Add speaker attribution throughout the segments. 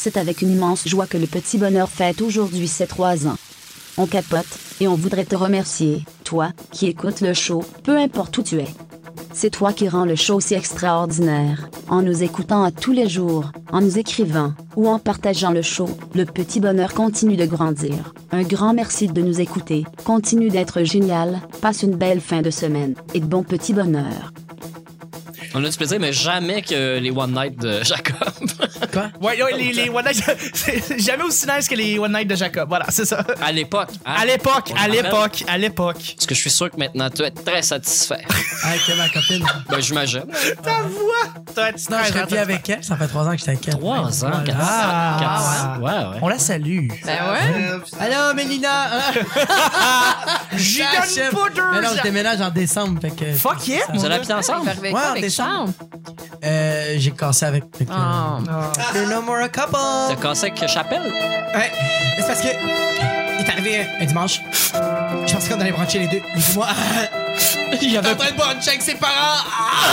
Speaker 1: C'est avec une immense joie que le Petit Bonheur fête aujourd'hui ses 3 ans. On capote, et on voudrait te remercier, toi, qui écoutes le show, peu importe où tu es. C'est toi qui rends le show si extraordinaire, en nous écoutant à tous les jours, en nous écrivant, ou en partageant le show. Le Petit Bonheur continue de grandir. Un grand merci de nous écouter, continue d'être génial, passe une belle fin de semaine, et de bon Petit Bonheur.
Speaker 2: On a du plaisir, mais jamais que les One Night de Jacob.
Speaker 3: Quoi? Ouais, les One Night, c'est jamais aussi nice que les One Night de Jacob. Voilà, c'est ça.
Speaker 2: À l'époque. Hein?
Speaker 3: À l'époque.
Speaker 2: Parce que je suis sûr que maintenant, tu es très satisfait.
Speaker 4: Avec ma copine.
Speaker 2: Ben, j'imagine.
Speaker 3: Ta voix!
Speaker 4: Sinon, je serais plus avec elle. Ça fait 3 ans que j'étais avec elle.
Speaker 2: 3 ans,
Speaker 4: Voilà.
Speaker 2: 4 ans. Ouais.
Speaker 3: On la salue.
Speaker 5: Ben ouais.
Speaker 4: Allô, Mélina!
Speaker 3: Gigan Poudre!
Speaker 4: Mais non, je déménage en décembre. Fait que,
Speaker 3: Fuck yeah!
Speaker 2: Vous allez habiter ensemble?
Speaker 5: Avec
Speaker 4: Ouais,
Speaker 5: quoi,
Speaker 4: en
Speaker 5: avec
Speaker 4: décembre.
Speaker 5: Charles?
Speaker 4: J'ai cassé avec. Fait que, We're no more a couple!
Speaker 2: T'as cassé avec Chapelle?
Speaker 4: Ouais, mais c'est parce que. Il est arrivé un dimanche. Je pensais qu'on allait brancher les deux. Il dit moi. Il avait en train de brancher avec ses parents.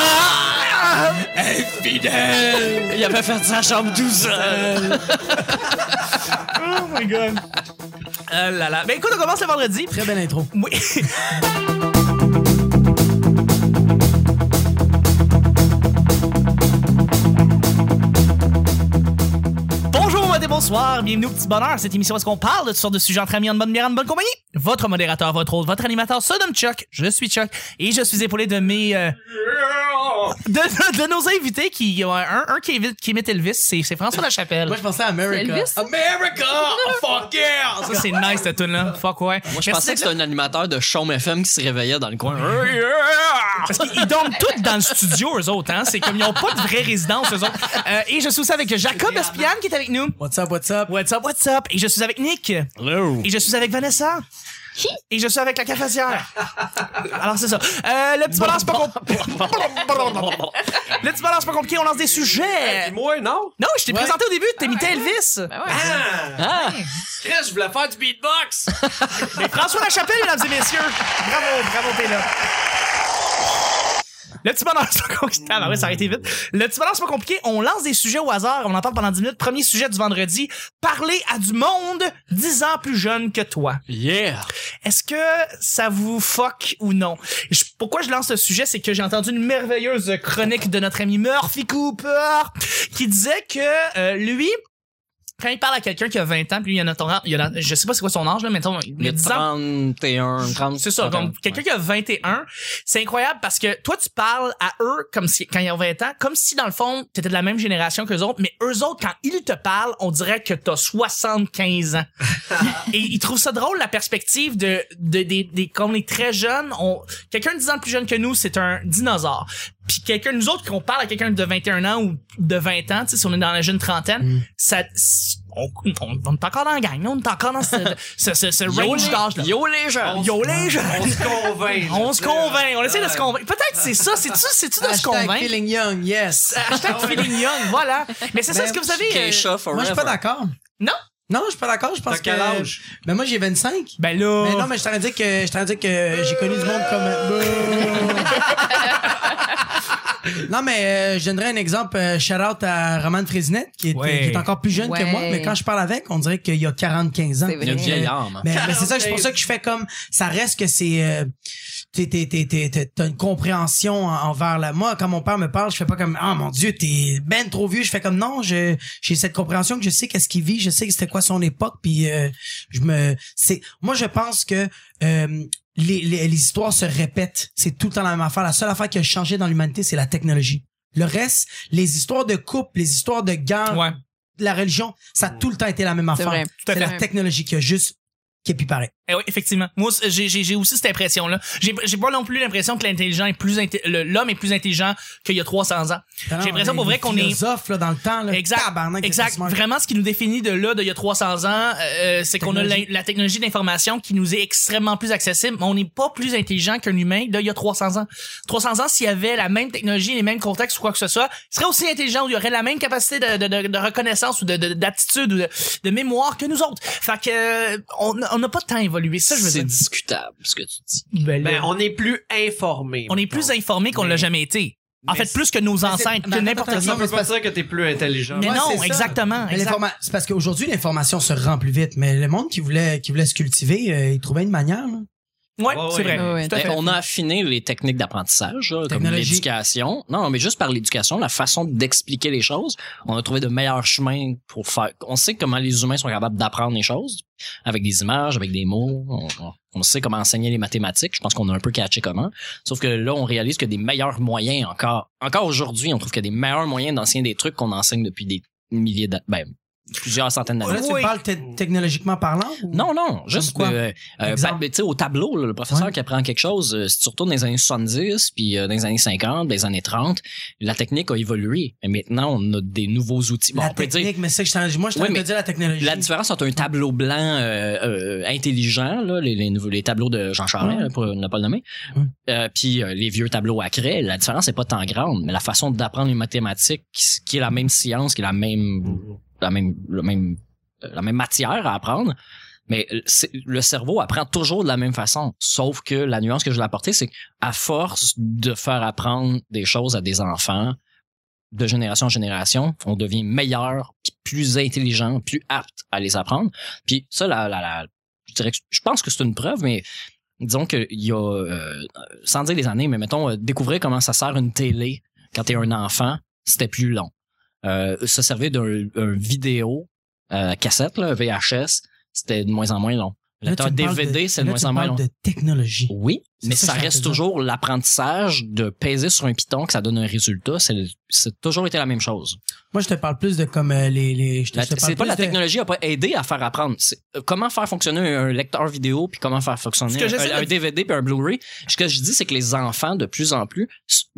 Speaker 4: Infidèle!
Speaker 2: Il avait fait sa chambre tout seul.
Speaker 3: Oh my god. Là là. Ben écoute, on commence le vendredi.
Speaker 4: Très belle intro.
Speaker 3: Oui. Bonsoir, bienvenue au Petit Bonheur, cette émission où est-ce qu'on parle de toutes sortes de sujets entre amis, en bonne bière, en bonne compagnie. Votre modérateur, votre hôte, votre animateur se nomme Chuck, je suis Chuck, et je suis épaulé de mes... de nos invités qui ont un qui imite Elvis, c'est François Lachapelle.
Speaker 4: Moi, je pensais à America.
Speaker 5: Elvis?
Speaker 4: America! Oh, fuck yeah!
Speaker 3: Ça, c'est nice, cette tune-là. Fuck ouais.
Speaker 2: Moi, je pensais que c'était un animateur de Chaume FM qui se réveillait dans le coin.
Speaker 3: Parce qu'ils dorment tous dans le studio, eux autres, hein. C'est comme ils ont pas de vraie résidence, eux autres. Et je suis aussi avec Jacob Espian qui est avec nous.
Speaker 4: What's up, what's up?
Speaker 3: What's up, what's up? Et je suis avec Nick.
Speaker 2: Hello.
Speaker 3: Et je suis avec Vanessa. Et je suis avec la cafetière. Alors, c'est ça. Le petit bonheur, c'est pas compliqué. Le petit bonheur, c'est pas compliqué. On lance des sujets.
Speaker 6: Moi, non?
Speaker 3: Non, je t'ai présenté au début. T'imitais Elvis.
Speaker 5: Ben ouais.
Speaker 6: Chris, je voulais faire du beatbox!
Speaker 3: Mais François Lachapelle, mesdames et messieurs. Bravo, t'es là. Le petit bonheur, c'est pas compliqué. Ah, ben ouais, ça aurait été vite. Le petit bonheur, c'est pas compliqué. On lance des sujets au hasard. On en parle pendant 10 minutes. Premier sujet du vendredi. Parler à du monde 10 ans plus jeune que toi.
Speaker 2: Yeah.
Speaker 3: Est-ce que ça vous fuck ou non? Pourquoi je lance ce sujet, c'est que j'ai entendu une merveilleuse chronique de notre ami Murphy Cooper qui disait que lui, quand il parle à quelqu'un qui a 20 ans, puis il y en a, je sais pas c'est quoi son âge, là, mettons,
Speaker 2: Il y a
Speaker 3: 10 ans.
Speaker 2: 31, 30.
Speaker 3: C'est ça, donc quelqu'un qui a 21, c'est incroyable parce que toi tu parles à eux comme si quand ils ont 20 ans, comme si dans le fond t'étais de la même génération qu'eux autres, mais eux autres quand ils te parlent, on dirait que t'as 75 ans. Et ils trouvent ça drôle la perspective de quand on est très jeunes, quelqu'un de 10 ans plus jeune que nous, c'est un dinosaure. Puis quelqu'un nous autres qu'on parle à quelqu'un de 21 ans ou de 20 ans, tu sais si on est dans la jeune trentaine, ça on est encore dans la gang, on est encore dans ce range d'âge là.
Speaker 2: Yo les gens.
Speaker 3: Yo les gens.
Speaker 6: On se convainc.
Speaker 3: On essaie de se convaincre. Peut-être c'est ça, c'est-tu de se convaincre.
Speaker 4: Feeling young, yes.
Speaker 3: Hashtag feeling young, voilà. Mais c'est ça,
Speaker 4: Ben,
Speaker 3: est-ce que vous avez...
Speaker 2: Keisha
Speaker 4: Moi,
Speaker 2: forever.
Speaker 4: je suis pas d'accord.
Speaker 3: Non?
Speaker 4: Non, je suis pas d'accord. Je pense
Speaker 6: T'as quel
Speaker 4: que.
Speaker 6: âge?
Speaker 4: Ben, moi, j'ai 25.
Speaker 3: Ben là...
Speaker 4: Mais non, mais je t'en ai dit que j'ai connu du monde comme. Non, mais je donnerais un exemple. Shout-out à Roman Frésinette, qui est encore plus jeune que moi, mais quand je parle avec, on dirait qu'il y a 45 ans.
Speaker 5: C'est vrai.
Speaker 2: Il y a du vieillard, man.
Speaker 4: Mais c'est pour ça que je fais comme... Ça reste que c'est... t'as une compréhension envers moi, quand mon père me parle, je fais pas comme ah mon Dieu, t'es ben trop vieux, je fais comme non, j'ai cette compréhension que je sais qu'est-ce qu'il vit, je sais que c'était quoi son époque, puis moi je pense que les histoires se répètent, c'est tout le temps la même affaire. La seule affaire qui a changé dans l'humanité, c'est la technologie. Le reste, les histoires de couple, les histoires de guerre, la religion, ça a tout le temps été la même affaire.
Speaker 5: Vrai.
Speaker 4: C'est la technologie qui est plus pareil.
Speaker 3: Eh oui, effectivement. Moi, j'ai aussi cette impression-là. J'ai pas non plus l'impression que l'intelligent est l'homme est plus intelligent qu'il y a 300 ans. J'ai l'impression pour vrai qu'on est
Speaker 4: philosophe là dans le temps là.
Speaker 3: Exact. Vraiment, ce qui nous définit de là, d'il y a 300 ans, c'est qu'on a la technologie d'information qui nous est extrêmement plus accessible. Mais on n'est pas plus intelligent qu'un humain d'il y a 300 ans. 300 ans, s'il y avait la même technologie, les mêmes contextes ou quoi que ce soit, il serait aussi intelligent, ou il y aurait la même capacité de reconnaissance ou d'aptitude ou de mémoire que nous autres. Fait que on n'a pas de temps évolué. Ça, je veux dire.
Speaker 2: C'est discutable, ce que tu dis.
Speaker 3: Ben,
Speaker 6: on est plus informé.
Speaker 3: on est plus informé qu'on l'a jamais été. En fait, plus que nos ancêtres, que n'importe qui.
Speaker 6: Ça veut pas dire que t'es plus intelligent.
Speaker 3: Mais
Speaker 4: Ouais,
Speaker 3: non,
Speaker 4: c'est ça.
Speaker 3: exactement.
Speaker 4: Mais
Speaker 3: exact.
Speaker 4: c'est parce qu'aujourd'hui, l'information se rend plus vite, mais le monde qui voulait se cultiver, il trouvait une manière, là.
Speaker 3: Ouais,
Speaker 6: Ouais,
Speaker 3: c'est
Speaker 6: ouais.
Speaker 3: vrai.
Speaker 7: Ouais,
Speaker 3: Tout à fait.
Speaker 2: On a affiné les techniques d'apprentissage, là, comme
Speaker 4: Technologie.
Speaker 2: l'éducation. Non, mais juste par l'éducation, la façon d'expliquer les choses, on a trouvé de meilleurs chemins pour faire. On sait comment les humains sont capables d'apprendre les choses avec des images, avec des mots. On sait comment enseigner les mathématiques. Je pense qu'on a un peu catché comment. Sauf que là, on réalise que des meilleurs moyens encore aujourd'hui, on trouve qu'il y a des meilleurs moyens d'enseigner des trucs qu'on enseigne depuis des milliers plusieurs centaines d'années.
Speaker 4: Là, tu
Speaker 3: Oui.
Speaker 4: parles technologiquement parlant? Ou?
Speaker 2: Non, juste
Speaker 4: quoi? Exemple.
Speaker 2: tu sais, au tableau, là, le professeur
Speaker 4: Ouais.
Speaker 2: qui apprend quelque chose, si tu retournes dans les années 70, puis dans les années 50, dans les années 30, la technique a évolué. Mais maintenant, on a des nouveaux outils. Bon,
Speaker 4: La
Speaker 2: on peut
Speaker 4: technique,
Speaker 2: dire,
Speaker 4: mais c'est que moi, je
Speaker 2: Oui,
Speaker 4: t'ai
Speaker 2: mais
Speaker 4: dire la technologie.
Speaker 2: la différence entre un tableau blanc intelligent, là, les tableaux de Jean Charest,
Speaker 4: Ouais.
Speaker 2: là, pour ne pas le nommer, puis les vieux tableaux à craie, la différence n'est pas tant grande, mais la façon d'apprendre les mathématiques, qui est la même science, qui est la même matière à apprendre, mais le cerveau apprend toujours de la même façon. Sauf que la nuance que je voulais apporter, c'est qu'à force de faire apprendre des choses à des enfants, de génération en génération, on devient meilleur, puis plus intelligent, plus apte à les apprendre. Puis ça, je dirais que je pense que c'est une preuve, mais disons qu'il y a, sans dire les années, mais mettons, découvrir comment ça sert une télé quand t'es un enfant, c'était plus long. Se servir d'un vidéo cassette, là, VHS, c'était de moins en moins long. Le
Speaker 4: Là, tu
Speaker 2: lecteur
Speaker 4: me parles
Speaker 2: DVD, c'est de moins en moins long.
Speaker 4: de technologie.
Speaker 2: Oui,
Speaker 4: C'est
Speaker 2: mais
Speaker 4: ça
Speaker 2: ça
Speaker 4: que je
Speaker 2: reste
Speaker 4: te dis.
Speaker 2: toujours l'apprentissage de peser sur un piton que ça donne un résultat. C'est toujours été la même chose.
Speaker 4: Moi, je te parle plus de comme je te parle
Speaker 2: C'est pas
Speaker 4: plus
Speaker 2: la
Speaker 4: de-
Speaker 2: technologie a pas aidé à faire apprendre. C'est comment faire fonctionner un lecteur vidéo puis comment faire fonctionner
Speaker 3: Ce que j'essaie
Speaker 2: un
Speaker 3: de-
Speaker 2: DVD puis un Blu-ray. Ce que je dis, c'est que les enfants, de plus en plus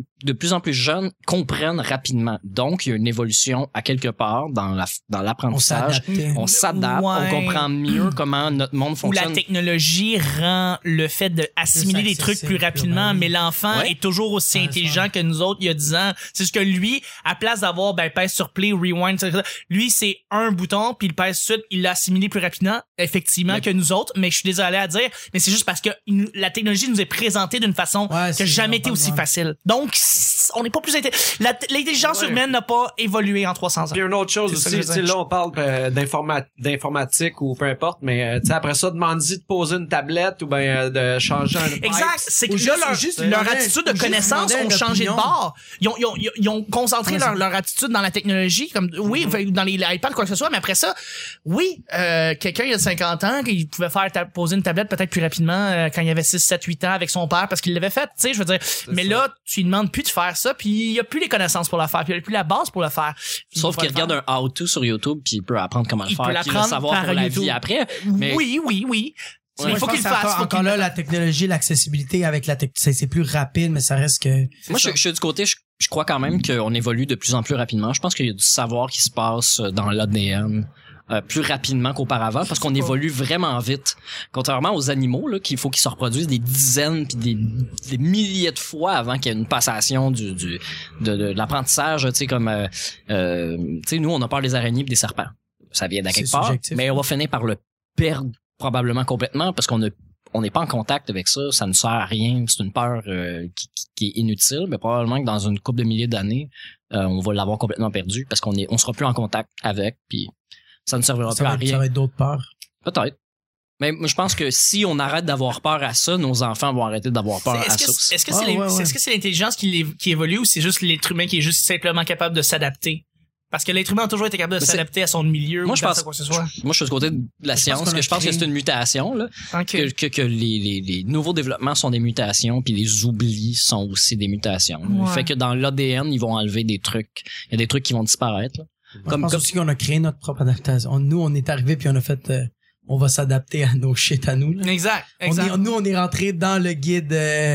Speaker 2: jeunes, comprennent rapidement. Donc, il y a une évolution à quelque part dans
Speaker 4: on
Speaker 2: l'apprentissage.
Speaker 4: s'adaptait.
Speaker 2: On s'adapte,
Speaker 3: Ouais.
Speaker 2: on comprend mieux comment notre monde
Speaker 3: Où la
Speaker 2: fonctionne.
Speaker 3: technologie rend le fait d'assimiler
Speaker 4: Plus
Speaker 3: des trucs
Speaker 4: accessible,
Speaker 3: plus rapidement,
Speaker 4: plus
Speaker 3: mais l'enfant
Speaker 2: Ouais.
Speaker 3: est toujours aussi
Speaker 4: Ouais,
Speaker 3: intelligent que nous autres il y a 10 ans. C'est juste que lui, à place d'avoir pèse sur play, rewind, etc., lui c'est un bouton puis il pèse suite, il l'a assimilé plus rapidement effectivement que nous autres, mais je suis désolé à dire, mais c'est juste parce que la technologie nous est présentée d'une façon
Speaker 4: Ouais,
Speaker 3: qui
Speaker 4: c'est
Speaker 3: a jamais été
Speaker 4: pas
Speaker 3: aussi
Speaker 4: grave.
Speaker 3: facile. Donc on n'est pas plus l'intelligence
Speaker 6: Ouais.
Speaker 3: humaine n'a pas évolué en 300 ans.
Speaker 6: Puis une autre chose
Speaker 3: C'est ça que
Speaker 6: aussi,
Speaker 3: je
Speaker 6: tu
Speaker 3: veux
Speaker 6: sais,
Speaker 3: dire.
Speaker 6: là on parle d'informatique ou peu importe, mais tu sais après ça demande-y de poser une tablette ou ben de changer un
Speaker 3: Exact, c'est que
Speaker 4: Ou
Speaker 3: là,
Speaker 4: juste
Speaker 3: leur
Speaker 4: demander-
Speaker 3: attitude de
Speaker 4: ou juste
Speaker 3: connaissance
Speaker 4: demander
Speaker 3: ont
Speaker 4: une
Speaker 3: changé de
Speaker 4: opinion.
Speaker 3: bord. Ils ont concentré
Speaker 4: Ouais,
Speaker 3: leur attitude dans la technologie, comme oui, dans les iPads, quoi que ce soit, mais après ça, oui, quelqu'un il y a 50 ans, il pouvait faire poser une tablette peut-être plus rapidement quand il avait 6, 7, 8 ans avec son père parce qu'il l'avait fait, tu sais, je veux dire. Mais
Speaker 6: ça.
Speaker 3: là, tu lui demandes plus de faire ça, puis il y a plus les connaissances pour le faire, puis il y a plus la base pour le faire.
Speaker 2: Sauf qu'il regarde un how-to sur YouTube puis il peut apprendre comment le
Speaker 3: Il
Speaker 2: faire
Speaker 3: peut
Speaker 2: puis le
Speaker 3: l'apprendre
Speaker 2: savoir
Speaker 3: par
Speaker 2: pour la
Speaker 3: YouTube.
Speaker 2: vie après. Mais
Speaker 3: Oui. Mais
Speaker 4: Ouais,
Speaker 3: il faut
Speaker 4: je
Speaker 3: qu'il
Speaker 4: pense
Speaker 3: le
Speaker 4: que
Speaker 3: fasse. faut
Speaker 4: encore
Speaker 3: qu'il
Speaker 4: là,
Speaker 3: le
Speaker 4: la technologie, l'accessibilité avec la c'est plus rapide, mais ça reste que...
Speaker 2: moi, je suis du côté, je crois quand même qu'on évolue de plus en plus rapidement. Je pense qu'il y a du savoir qui se passe dans l'ADN plus rapidement qu'auparavant parce qu'on évolue vraiment vite. Contrairement aux animaux, là, qu'il faut qu'ils se reproduisent des dizaines puis des milliers de fois avant qu'il y ait une passation de l'apprentissage, tu sais, comme, tu sais, nous, on a peur des araignées et des serpents. Ça vient d'à
Speaker 4: C'est
Speaker 2: quelque part,
Speaker 4: subjectif.
Speaker 2: mais on va finir par le perdre probablement complètement parce qu'on n'est pas en contact avec ça, ça ne sert à rien, c'est une peur qui est inutile, mais probablement que dans une couple de milliers d'années, on va l'avoir complètement perdu parce on sera plus en contact avec, puis ça ne servira
Speaker 4: Ça
Speaker 2: plus à
Speaker 4: va
Speaker 2: rien.
Speaker 4: être d'autres peurs.
Speaker 2: Peut-être. Mais moi, je pense que si on arrête d'avoir peur à ça, nos enfants vont arrêter d'avoir peur à ça aussi.
Speaker 3: Est-ce que c'est l'intelligence qui évolue ou c'est juste l'être humain qui est juste simplement capable de s'adapter? Parce que l'être humain a toujours été capable de
Speaker 2: Mais
Speaker 3: s'adapter à son milieu.
Speaker 2: Moi,
Speaker 3: ou
Speaker 2: je
Speaker 3: dans
Speaker 2: pense-
Speaker 3: quoi que ce soit.
Speaker 2: Moi, je suis du côté de la science,
Speaker 4: qu'on a
Speaker 2: que je pense que
Speaker 4: créé-
Speaker 2: c'est une mutation, là.
Speaker 3: Ok.
Speaker 2: Que les nouveaux développements sont des mutations, puis les oublis sont aussi des mutations.
Speaker 3: Ouais.
Speaker 2: Fait que dans l'ADN, ils vont enlever des trucs. Il y a des trucs qui vont disparaître, là.
Speaker 4: Moi, je pense aussi qu'on a créé notre propre adaptation. Nous, on est arrivé puis on a fait... on va s'adapter à nos shit à nous. Là.
Speaker 3: Exact.
Speaker 4: Nous, on est rentré dans le guide,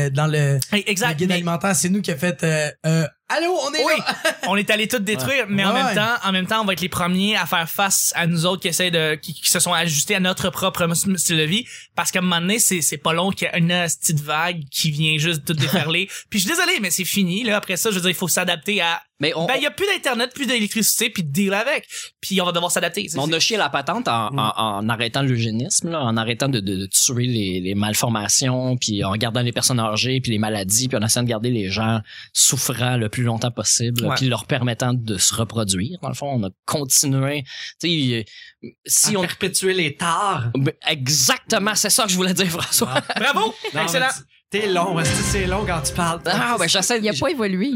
Speaker 4: le
Speaker 3: Exact.
Speaker 4: guide
Speaker 3: Mais-
Speaker 4: alimentaire. C'est nous qui a fait, allô, on est
Speaker 3: Oui,
Speaker 4: là!
Speaker 3: on est allé tout détruire, mais en
Speaker 4: Ouais.
Speaker 3: même temps, on va être les premiers à faire face à nous autres qui essaient qui se sont ajustés à notre propre style de vie, parce qu'à un moment donné, c'est pas long qu'il y a une petite vague qui vient juste tout déferler. Puis je suis désolé, mais c'est fini, là. Après ça, je veux dire, il faut s'adapter à
Speaker 2: Mais
Speaker 3: il y a plus d'internet, plus d'électricité, puis de deal avec. Puis on va devoir s'adapter.
Speaker 2: On a chié la patente en arrêtant l'eugénisme, là, en arrêtant de tuer les malformations, puis en gardant les personnes âgées, puis les maladies, puis en essayant de garder les gens souffrant le plus longtemps possible, puis leur permettant de se reproduire. Dans le fond, on a continué. Tu sais, si on
Speaker 6: perpétuer les tares.
Speaker 2: Exactement, c'est ça que je voulais dire, François.
Speaker 3: Bravo,
Speaker 6: Non,
Speaker 3: excellent.
Speaker 6: T'es long, c'est long quand tu parles.
Speaker 2: Ah, ben j'essaie.
Speaker 7: Il a pas évolué.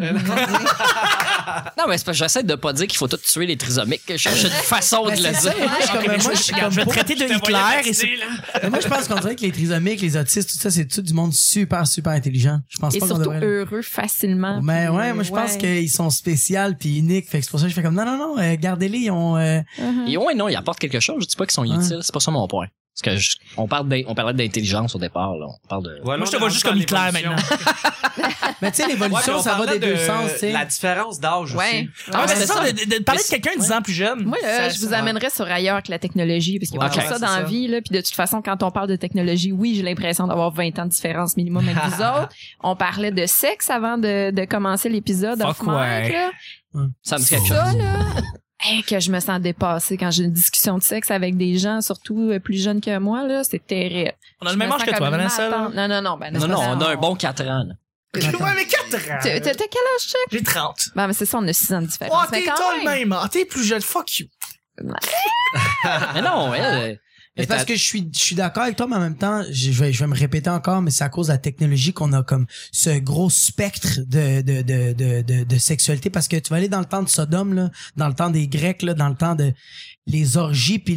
Speaker 2: Non, mais c'est parce que j'essaie de pas dire qu'il faut tout tuer les trisomiques. Je cherche une façon de le dire.
Speaker 3: Je vais te traiter de Hitler et c'est
Speaker 4: Mais moi, je pense qu'on dirait que les trisomiques, les autistes, tout ça, c'est tout du monde super, super intelligent. Je pense
Speaker 7: Et
Speaker 4: pas qu'on
Speaker 7: surtout
Speaker 4: devrait...
Speaker 7: heureux facilement.
Speaker 4: Mais
Speaker 7: puis,
Speaker 4: ouais, moi, je pense
Speaker 7: ouais.
Speaker 4: qu'ils sont spéciaux puis uniques. Fait que c'est pour ça que je fais comme, non, gardez-les, ils ont...
Speaker 2: Et ouais, non, ils apportent quelque chose. Je dis pas qu'ils sont utiles. C'est pas ça mon point. Parce que on parlait d'intelligence au départ, là. On parle de...
Speaker 6: Ouais,
Speaker 3: moi, je te vois juste comme Hitler maintenant.
Speaker 4: Mais tu sais, l'évolution, ça va des deux sens, tu sais.
Speaker 6: La différence d'âge
Speaker 7: Ouais.
Speaker 6: aussi.
Speaker 3: Ah, mais c'est ça,
Speaker 2: ça.
Speaker 3: de parler de quelqu'un 10 ans plus jeune.
Speaker 7: Moi, là, je vous amènerais sur ailleurs que la technologie, parce qu'il y a
Speaker 2: Ok.
Speaker 7: pas ça dans la vie, là. Puis de toute façon, quand on parle de technologie, oui, j'ai l'impression d'avoir 20 ans de différence minimum avec vous autres. On parlait de sexe avant de commencer l'épisode.
Speaker 3: Fuck
Speaker 7: off mic,
Speaker 3: ouais.
Speaker 7: là.
Speaker 2: Ça me dit quelque chose.
Speaker 7: Ça, là, que je me sens dépassée quand j'ai une discussion de sexe avec des gens, surtout plus jeunes que moi, là, c'est terrible.
Speaker 3: On a le même âge que toi, Vanessa. là.
Speaker 7: Non, ben,
Speaker 2: Non, on a un bon 4 ans, là.
Speaker 3: Ouais, mais 4 ans.
Speaker 7: T'as quel âge, Chuck?
Speaker 3: J'ai 30.
Speaker 7: Ben, mais c'est ça, on a 6 ans de différence.
Speaker 3: Oh,
Speaker 7: mais
Speaker 3: t'es
Speaker 7: quand
Speaker 3: toi le
Speaker 7: même.
Speaker 3: même. Ah, t'es plus jeune. Fuck you.
Speaker 2: Mais non, elle
Speaker 4: C'est parce que je suis d'accord avec toi, mais en même temps, je vais me répéter encore, mais c'est à cause de la technologie qu'on a comme ce gros spectre de sexualité, parce que tu vas aller dans le temps de Sodome, là, dans le temps des Grecs, là, dans le temps de les orgies puis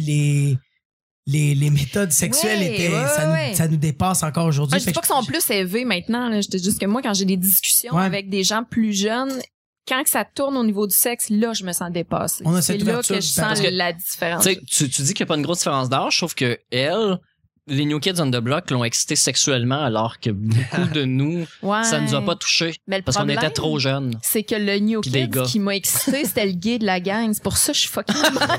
Speaker 4: les méthodes sexuelles
Speaker 7: Ouais,
Speaker 4: étaient,
Speaker 7: ouais.
Speaker 4: ça nous dépasse encore aujourd'hui.
Speaker 7: Je dis pas qu'ils sont plus élevés maintenant, là. Je dis juste que moi, quand j'ai des discussions
Speaker 4: Ouais.
Speaker 7: avec des gens plus jeunes, quand que ça tourne au niveau du sexe, là, je me sens dépassée.
Speaker 4: On a
Speaker 7: C'est
Speaker 4: cette
Speaker 7: là
Speaker 4: ouverture
Speaker 7: que je
Speaker 4: du
Speaker 7: sens
Speaker 2: parce que,
Speaker 7: la différence.
Speaker 2: Tu sais, tu dis qu'il n'y a pas une grosse différence d'âge, sauf que les New Kids on the Block l'ont excité sexuellement, alors que beaucoup de nous,
Speaker 7: Ouais.
Speaker 2: ça nous a pas touché
Speaker 7: Mais le
Speaker 2: parce qu'on
Speaker 7: problème,
Speaker 2: était trop jeunes.
Speaker 7: c'est que le New
Speaker 2: Puis des
Speaker 7: Kids
Speaker 2: gars.
Speaker 7: qui m'a excité, c'était le gay de la gang. C'est pour ça que je suis fucking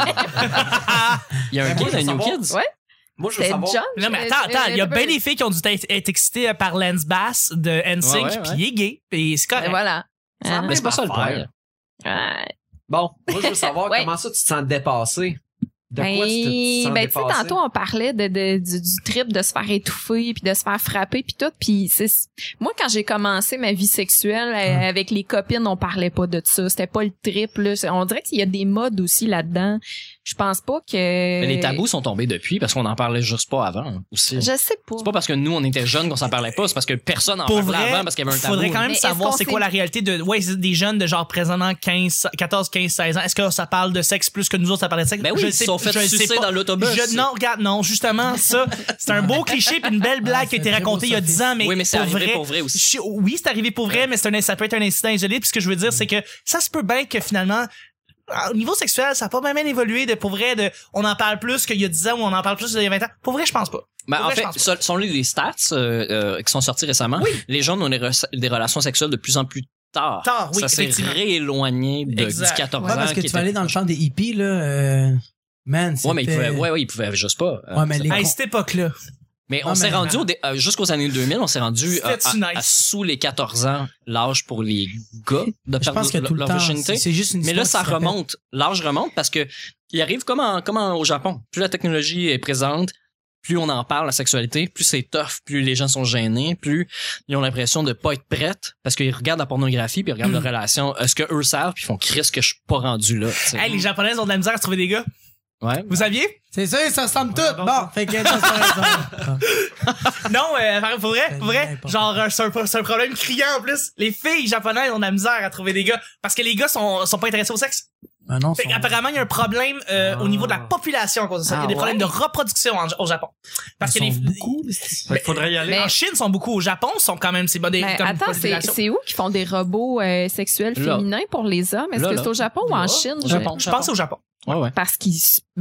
Speaker 2: Il y a un
Speaker 6: Ben,
Speaker 2: gay
Speaker 6: moi, je
Speaker 2: dans
Speaker 6: veux
Speaker 2: New
Speaker 6: savoir.
Speaker 2: Kids.
Speaker 7: Ouais.
Speaker 6: Moi, je veux
Speaker 7: C'était
Speaker 6: savoir.
Speaker 7: John.
Speaker 3: Non, mais attends, il y a bien des filles qui ont dû être excitées par Lance Bass de NSYNC,
Speaker 2: Ouais, ouais.
Speaker 3: puis il est gay, et c'est correct.
Speaker 7: Voilà.
Speaker 6: Ça
Speaker 2: Mais c'est pas ça le
Speaker 6: affaire.
Speaker 2: point.
Speaker 7: Ouais.
Speaker 6: Bon, moi, je veux savoir
Speaker 7: Ouais.
Speaker 6: comment ça, tu te sens dépassé. De quoi tu te sens
Speaker 7: Ben, tu sais,
Speaker 6: dépassé?
Speaker 7: tantôt, on parlait du trip de se faire étouffer puis de se faire frapper puis tout. Puis moi, quand j'ai commencé ma vie sexuelle avec les copines, on parlait pas de ça. C'était pas le trip, là. On dirait qu'il y a des modes aussi là-dedans. Je pense pas que...
Speaker 2: Mais les tabous sont tombés depuis parce qu'on en parlait juste pas avant aussi.
Speaker 7: Je sais pas.
Speaker 2: C'est pas parce que nous on était jeunes qu'on s'en parlait pas, c'est parce que personne en
Speaker 3: Pour
Speaker 2: parlait
Speaker 3: vrai,
Speaker 2: avant parce qu'il y avait un tabou.
Speaker 3: faudrait quand même
Speaker 7: Mais
Speaker 3: savoir
Speaker 7: est-ce
Speaker 3: c'est
Speaker 7: qu'on
Speaker 3: quoi
Speaker 7: sait-
Speaker 3: la réalité de c'est des jeunes de genre présentement 14, 15, 16 ans. Est-ce que ça parle de sexe plus que nous autres ça parle de sexe?
Speaker 2: Ben oui, ils se sont fait sucer dans l'autobus.
Speaker 3: Non, regarde, non, justement, ça, c'est un beau cliché puis une belle blague qui a été
Speaker 4: c'est très
Speaker 3: racontée il y a
Speaker 4: beau,
Speaker 3: 10 ans, mais
Speaker 2: Oui, mais c'est arrivé pour vrai aussi.
Speaker 3: Oui, c'est arrivé pour vrai, mais ça peut être un incident isolé. Puis ce que je veux dire, c'est que ça se peut bien que finalement, au niveau sexuel, ça a pas même évolué pour vrai on en parle plus qu'il y a 10 ans ou on en parle plus il y a 20 ans. Pour vrai, je pense pas.
Speaker 2: Ben,
Speaker 3: Pour
Speaker 2: en
Speaker 3: vrai,
Speaker 2: fait,
Speaker 3: je pense pas.
Speaker 2: sont les stats qui sont sortis récemment. Les gens ont des relations sexuelles de plus en plus tard.
Speaker 3: Oui,
Speaker 2: ça s'est
Speaker 3: effectivement.
Speaker 2: rééloigné du
Speaker 3: Exact.
Speaker 2: 14
Speaker 4: Ouais,
Speaker 2: ans.
Speaker 4: parce que
Speaker 2: qui
Speaker 4: tu vas
Speaker 2: était-
Speaker 4: aller dans le champ des hippies, là, man,
Speaker 2: Ouais, mais
Speaker 4: c'était-
Speaker 2: ils pouvaient juste pas.
Speaker 4: Ouais, mais les
Speaker 3: À cette époque-là.
Speaker 2: Mais
Speaker 4: Ah,
Speaker 2: on s'est
Speaker 4: mais-
Speaker 2: rendu jusqu'aux années 2000, on s'est rendu
Speaker 3: C'était-tu nice?
Speaker 2: à sous les 14 ans l'âge pour les gars de
Speaker 4: je pense que
Speaker 2: perdre
Speaker 4: tout le
Speaker 2: leur
Speaker 4: temps,
Speaker 2: virginité.
Speaker 4: c'est juste une
Speaker 2: Mais là,
Speaker 4: histoire
Speaker 2: ça
Speaker 4: qui se répète.
Speaker 2: remonte. L'âge remonte parce que il arrive comme au Japon. Plus la technologie est présente, plus on en parle, la sexualité, plus c'est tough, plus les gens sont gênés, plus ils ont l'impression de pas être prêtes parce qu'ils regardent la pornographie puis ils regardent leurs relations, ce que eux savent puis ils font Christ que je suis pas rendu là. tu sais.
Speaker 3: Hey, les Japonaises ont de la misère à se trouver des gars.
Speaker 2: Ouais.
Speaker 3: Vous saviez?
Speaker 4: C'est ça, ça ressemble tout. Bon, fait que ça, c'est raison.
Speaker 3: Non, pour vrai,
Speaker 4: n'importe
Speaker 3: genre, c'est un problème criant en plus. Les filles japonaises ont de la misère à trouver des gars parce que les gars sont pas intéressés au sexe.
Speaker 4: Ben non,
Speaker 3: Fait qu'apparemment, il y a un problème au niveau de la population à cause de ça. Il y a des problèmes de reproduction au Japon. Parce que les
Speaker 4: beaucoup.
Speaker 6: Fait qu'il faudrait y aller.
Speaker 7: Mais-
Speaker 3: en Chine sont beaucoup, au Japon sont quand même c'est
Speaker 7: Mais
Speaker 3: comme
Speaker 7: attends,
Speaker 3: population.
Speaker 7: c'est où qu'ils font des robots sexuels
Speaker 2: Là.
Speaker 7: féminins pour les hommes? Est-ce
Speaker 2: Là,
Speaker 7: que
Speaker 2: là.
Speaker 7: c'est au Japon ou en
Speaker 3: Là.
Speaker 7: Chine?
Speaker 2: Au Japon.
Speaker 3: Je pense au Japon.
Speaker 2: Ouais.
Speaker 7: Parce qu'il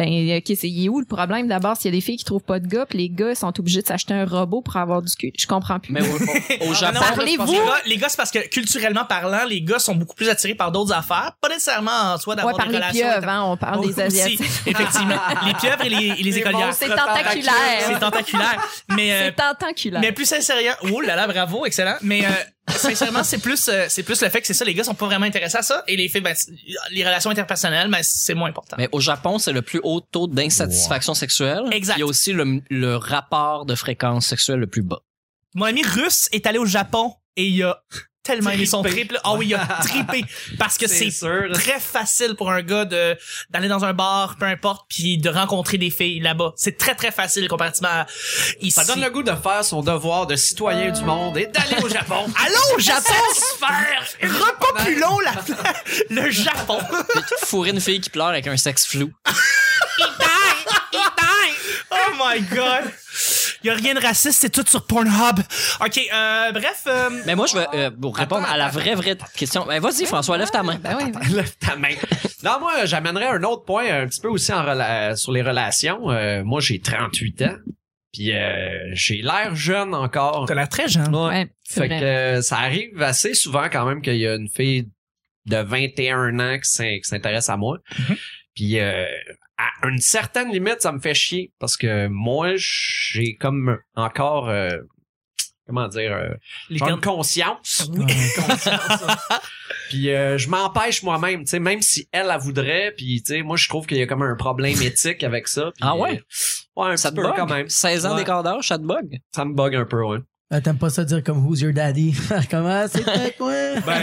Speaker 7: il est où le problème d'abord s'il y a des filles qui trouvent pas de gars puis les gars sont obligés de s'acheter un robot pour avoir du cul. Je comprends plus.
Speaker 2: Mais au
Speaker 3: Ah,
Speaker 2: Japon,
Speaker 3: non,
Speaker 7: Parlez-vous.
Speaker 3: les gars, c'est parce que culturellement parlant, les gars sont beaucoup plus attirés par d'autres affaires, pas nécessairement en soi
Speaker 7: Ouais,
Speaker 3: d'avoir
Speaker 7: par
Speaker 3: des
Speaker 7: les
Speaker 3: relations.
Speaker 7: pieuvres, hein, on parle des
Speaker 3: Aussi,
Speaker 7: Asiatiques.
Speaker 3: effectivement, les pieuvres et les écolières.
Speaker 7: C'est tentaculaire.
Speaker 3: C'est tentaculaire.
Speaker 7: C'est tentaculaire.
Speaker 3: Mais plus sincèrement, oh là là, bravo, excellent. Mais sincèrement, c'est plus le fait que c'est ça, les gars sont pas vraiment intéressés à ça, et les filles, ben, les relations interpersonnelles, ben, c'est moins important.
Speaker 2: Mais au Japon, c'est le plus haut taux d'insatisfaction sexuelle.
Speaker 3: Exact.
Speaker 2: Il y a aussi le rapport de fréquence sexuelle le plus bas.
Speaker 3: Mon ami russe est allé au Japon et il a tellement aimé son trip. Ah oui, il a trippé parce que c'est
Speaker 6: sûr.
Speaker 3: très facile pour un gars d'aller dans un bar, peu importe, puis de rencontrer des filles là-bas. C'est très très facile comparativement à ici.
Speaker 6: Ça donne le goût de faire son devoir de citoyen du monde et d'aller au Japon.
Speaker 3: Allons au Japon se faire repas plus long le Japon.
Speaker 2: Puis fourrer une fille qui pleure avec un sexe flou.
Speaker 3: Oh my god. Il y a rien de raciste, c'est tout sur Pornhub. OK, bref.
Speaker 2: Mais moi, je veux pour répondre à la vraie question. Ben, vas-y, François, lève ta main.
Speaker 7: Ben oui.
Speaker 6: Lève ta main. Non, moi, j'amènerais un autre point un petit peu aussi sur les relations. Moi, j'ai 38 ans. Puis j'ai l'air jeune encore.
Speaker 3: T'as l'air très jeune.
Speaker 7: Ouais, c'est
Speaker 6: Fait
Speaker 7: vrai.
Speaker 6: que ça arrive assez souvent quand même qu'il y a une fille de 21 ans qui s'intéresse à moi.
Speaker 3: Mm-hmm.
Speaker 6: Puis à une certaine limite, ça me fait chier parce que moi, j'ai comme encore comment dire
Speaker 3: Les
Speaker 6: genre
Speaker 3: termes-
Speaker 6: une conscience.
Speaker 3: Oui.
Speaker 6: Puis je m'empêche moi-même, tu sais, même si elle voudrait, puis tu sais, moi je trouve qu'il y a comme un problème éthique avec ça. Puis,
Speaker 2: Ah ouais?
Speaker 6: Ouais, un
Speaker 2: Ça
Speaker 6: petit
Speaker 2: te
Speaker 6: peu
Speaker 2: bug?
Speaker 6: quand même.
Speaker 2: 16 ans
Speaker 6: Ouais.
Speaker 2: d'écart d'âge, ça te bug?
Speaker 6: Ça me bug un peu, ouais.
Speaker 4: T'aimes pas ça dire comme Who's your daddy? Comment c'est fait, moi?
Speaker 6: Ben,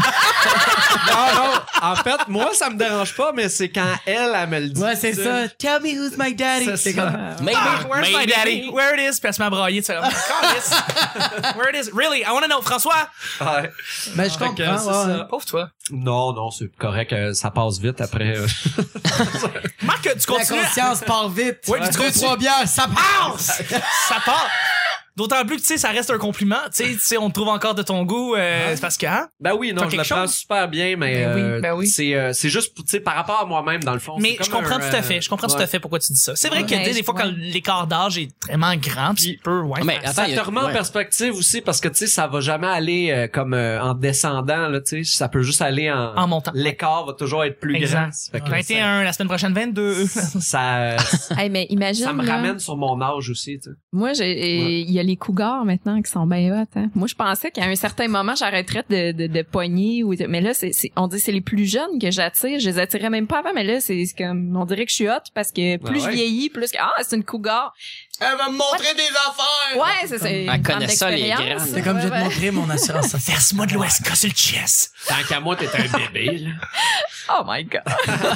Speaker 6: non, en fait, moi, ça me dérange pas, mais c'est quand elle me le dit.
Speaker 4: Ouais, c'est ça. Tell me who's my daddy.
Speaker 6: C'est
Speaker 4: C'est
Speaker 6: ça.
Speaker 4: comme,
Speaker 2: Maybe,
Speaker 3: Where's my daddy? Where it is? Puis elle se met à brailler. Tu fais, oh, calisse. Where it is? Really? I want to know. François?
Speaker 6: Ouais.
Speaker 4: ben, je
Speaker 6: Fait que,
Speaker 4: comprends.
Speaker 6: c'est
Speaker 4: ouais.
Speaker 6: ça.
Speaker 3: Pauvre toi.
Speaker 6: Non, c'est correct, ça passe vite après.
Speaker 3: Marc, tu
Speaker 4: La
Speaker 3: continues.
Speaker 4: conscience part vite.
Speaker 3: Ouais, puis tu
Speaker 4: Deux,
Speaker 3: continues.
Speaker 4: trois bières, ça passe!
Speaker 3: Ça part. D'autant plus que, tu sais, ça reste un compliment. Tu sais, on te trouve encore de ton goût. C'est parce que, hein?
Speaker 6: Ben oui, non,
Speaker 3: T'as
Speaker 6: je le
Speaker 3: quelque
Speaker 6: prends
Speaker 3: chose?
Speaker 6: super bien, mais
Speaker 3: Ben oui.
Speaker 6: c'est juste, tu sais, par rapport à moi-même, dans le fond.
Speaker 3: Mais
Speaker 6: c'est
Speaker 3: je
Speaker 6: comme
Speaker 3: comprends
Speaker 6: un,
Speaker 3: tout à fait. Je comprends tout à
Speaker 6: ouais.
Speaker 3: fait pourquoi tu dis ça. C'est vrai
Speaker 7: Ouais,
Speaker 3: que des fois,
Speaker 7: ouais.
Speaker 3: quand l'écart d'âge est vraiment grand, pis tu peux, ouais.
Speaker 2: Mais
Speaker 3: faire
Speaker 2: attends,
Speaker 6: Ça
Speaker 2: il y
Speaker 6: te
Speaker 2: a-
Speaker 6: remet en
Speaker 2: ouais.
Speaker 6: perspective aussi parce que tu sais ça va jamais aller comme en descendant là, tu sais, ça peut juste aller
Speaker 3: En montant.
Speaker 6: L'écart va toujours être plus
Speaker 3: Exact.
Speaker 6: grand. Fait que
Speaker 3: 21, la semaine prochaine, 22.
Speaker 6: ça
Speaker 7: Hey, mais imagine,
Speaker 6: ça me
Speaker 7: là,
Speaker 6: ramène sur mon âge aussi, tu sais.
Speaker 7: moi, il y a les cougars maintenant qui sont bien hot. Hein. Moi, je pensais qu'à un certain moment, j'arrêterais de pogner. Mais là, on dit que c'est les plus jeunes que j'attire. Je les attirais même pas avant, mais là, c'est comme, on dirait que je suis hot parce que plus
Speaker 6: Ah ouais?
Speaker 7: je vieillis, plus que, c'est une cougar.
Speaker 4: Elle va me montrer des affaires!
Speaker 7: Ouais, c'est
Speaker 2: Elle
Speaker 7: une
Speaker 2: connaît
Speaker 7: femme
Speaker 2: ça, les
Speaker 7: d'expérience.
Speaker 2: graines.
Speaker 4: C'est comme je vais te
Speaker 7: Ouais.
Speaker 4: montrer mon assurance sociale.
Speaker 3: Verse-moi de l'OSK sur le chest.
Speaker 6: Tant qu'à moi t'es un bébé là.
Speaker 7: Oh my god.